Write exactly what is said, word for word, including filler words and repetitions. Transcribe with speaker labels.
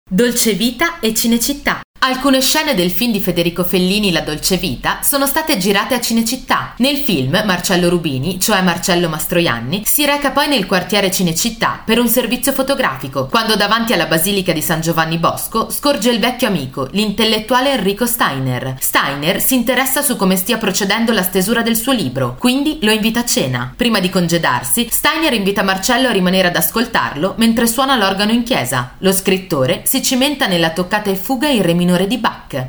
Speaker 1: Dolce Vita e Cinecittà. Alcune scene del film di Federico Fellini La Dolce Vita sono state girate a Cinecittà. Nel film Marcello Rubini, cioè Marcello Mastroianni, si reca poi nel quartiere Cinecittà per un servizio fotografico, quando davanti alla Basilica di San Giovanni Bosco scorge il vecchio amico, l'intellettuale Enrico Steiner. Steiner si interessa su come stia procedendo la stesura del suo libro, quindi lo invita a cena. Prima di congedarsi, Steiner invita Marcello a rimanere ad ascoltarlo mentre suona l'organo in chiesa. Lo scrittore si cimenta nella toccata e fuga in re minore di Bach.